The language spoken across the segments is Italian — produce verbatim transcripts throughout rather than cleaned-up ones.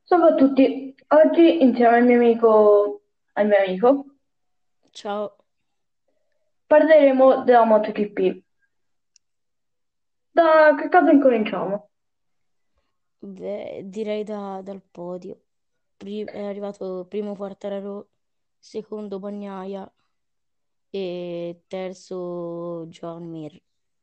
Salve a tutti, oggi insieme al mio amico, al mio amico Ciao. parleremo della MotoGP. Da che cosa incominciamo? Beh, direi da- dal podio. Pri- è arrivato primo Quartararo, secondo Bagnaia e terzo Joan Mir.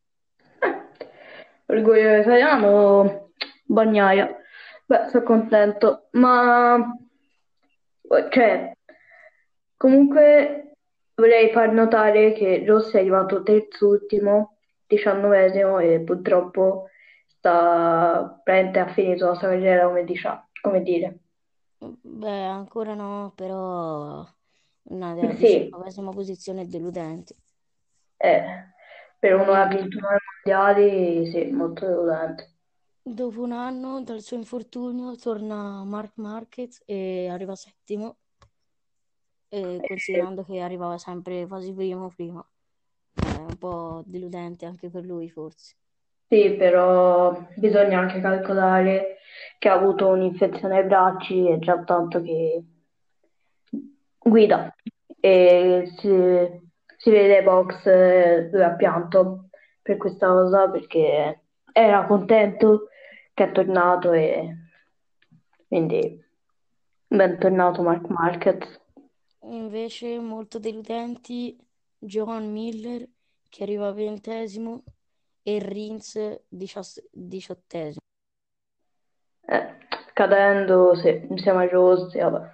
Orgoglio italiano, Bagnaia. Beh, sono contento, ma cioè, comunque vorrei far notare che Rossi è arrivato terzultimo, diciannovesimo e purtroppo sta praticamente ha finito la sua carriera come, dicia- come dire. Beh, ancora no, però una della Sì, diciannovesima posizione è deludente. eh, per uno che ha Poi, vinto nove mondiali, sì, molto deludente. dopo un anno dal suo infortunio, torna Marc Marquez e arriva settimo, e Eh, considerando che arrivava sempre quasi primo prima. È un po' deludente anche per lui, forse. sì, però bisogna anche calcolare che ha avuto un'infezione ai bracci e già tanto che guida e si, si vede ai box, eh, lui ha pianto per questa cosa perché era contento che è tornato e quindi bentornato Mark Marquez. Invece molto deludenti Johan Miller che arriva ventesimo e Rins diciass- diciottesimo. Eh, cadendo sì, insieme ai Rossi, vabbè.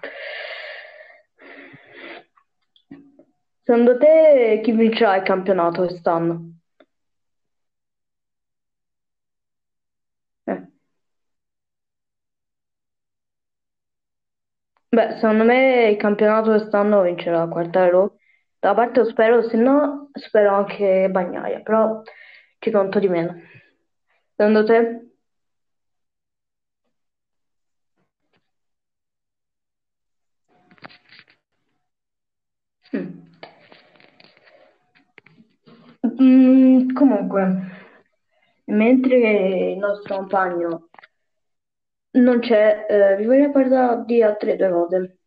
Secondo te chi vincerà il campionato quest'anno? Eh. Beh, secondo me il campionato quest'anno vincerà Quartararo. Da una parte lo spero, se no spero anche Bagnaia, però ci conto di meno. Secondo te? Mm. Mm, comunque, mentre il nostro compagno non c'è, eh, vi voglio parlare di altre due cose.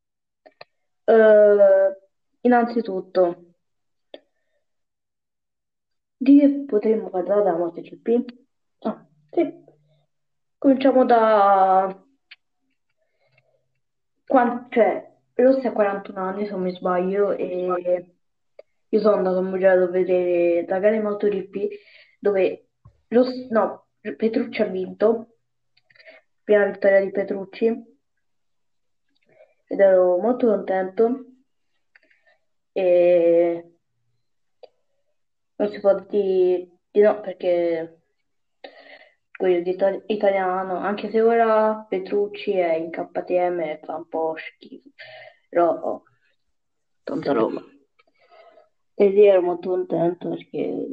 Eh, innanzitutto, di che potremmo parlare da MotoGP? Ah, sì. Cominciamo da... quan- cioè, Rossi ha quarantuno anni, se non mi sbaglio, e io sono andato a Mugello a vedere la gara di MotoGP dove Rossi, no, Petrucci ha vinto, prima vittoria di Petrucci, ed ero molto contento e non si può dire di no perché quello di ita- italiano, anche se ora Petrucci è in K T M e fa un po' schifo, però oh, tanta roba. E lì ero molto contento perché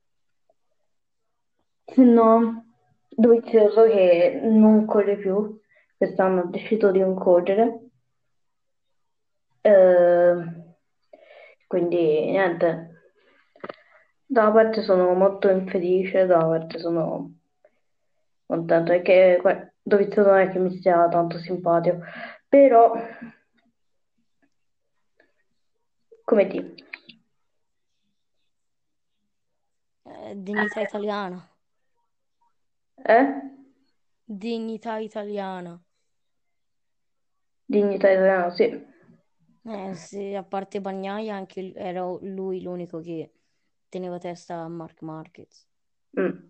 se no Dovizioso che non corre più, quest'anno ha deciso di non correre. Eh, quindi niente, da una parte sono molto infelice, da una parte sono contento perché que- Dovizioso non è che mi sia tanto simpatico, però come dire, Eh, dignità italiana. eh? Dignità italiana. Dignità italiana, sì. Eh, se a parte Bagnaia anche l- era lui l'unico che teneva testa a Marc Marquez. Mm.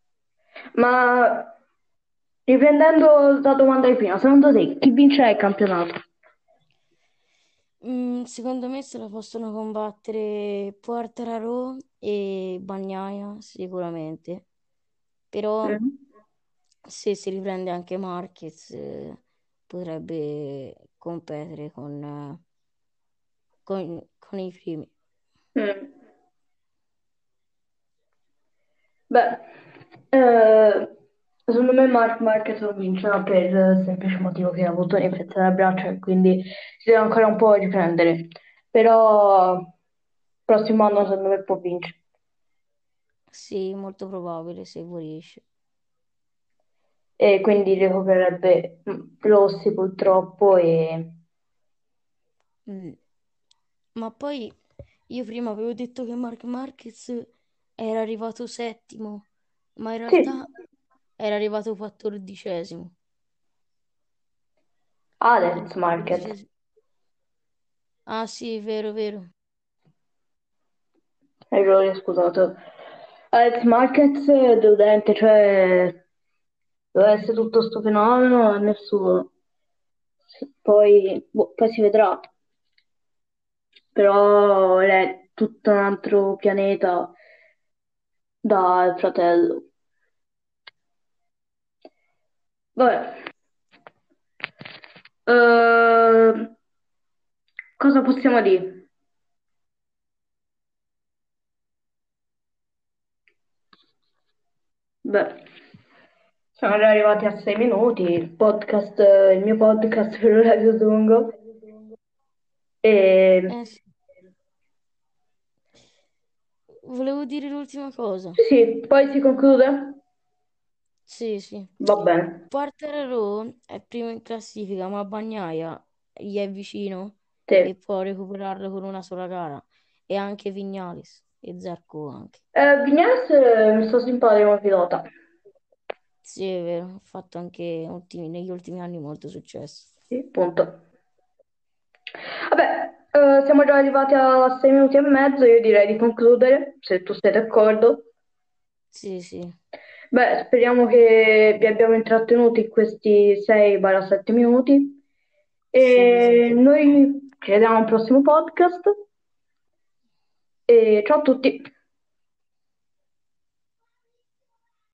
Ma riprendendo la domanda di prima, secondo te chi vincerà il campionato? Mm, secondo me se la possono combattere Quartararo e Bagnaia sicuramente. Però Mm? se si riprende anche Marquez eh, potrebbe competere con, eh, con- con i primi. Mm. Beh, eh, secondo me Mark Marquez non vincerà per il semplice motivo che ha avuto un'infezione al braccio e quindi si deve ancora un po' riprendere. Però il prossimo anno secondo me può vincere. Sì, molto probabile se guarisce. e quindi ricoprirebbe mm, Rossi purtroppo e Mm. Ma poi io prima avevo detto che Marc Marquez era arrivato settimo, ma in sì, realtà era arrivato quattordicesimo. Alex Marquez. Quattordicesimo. Ah sì, vero, vero. Errore, scusate. Alex Marquez è deludente, cioè deve essere tutto sto fenomeno a nessuno. Poi, boh, poi si vedrà, però è tutto un altro pianeta dal fratello. Vabbè. Ehm, cosa possiamo dire? Beh, siamo già arrivati a sei minuti, il podcast, eh, il mio podcast per ora è più lungo. E Eh sì. Volevo dire l'ultima cosa. sì, sì, poi si conclude? Sì, sì. Va bene. Quartararo è primo in classifica, ma Bagnaia gli è vicino Sì. e può recuperarlo con una sola gara. E anche Vignales e Zarco anche. Eh, Vignales eh, mi sto simpatico come pilota. Sì, è vero, ha fatto anche ultimi- negli ultimi anni molto successo. Sì, punto. Vabbè, eh, siamo già arrivati a sei minuti e mezzo, io direi di concludere, se tu sei d'accordo. Sì, sì, Beh, speriamo che vi abbiamo intrattenuti in questi sei sette minuti sì, e esatto. noi ci vediamo al prossimo podcast e ciao a tutti.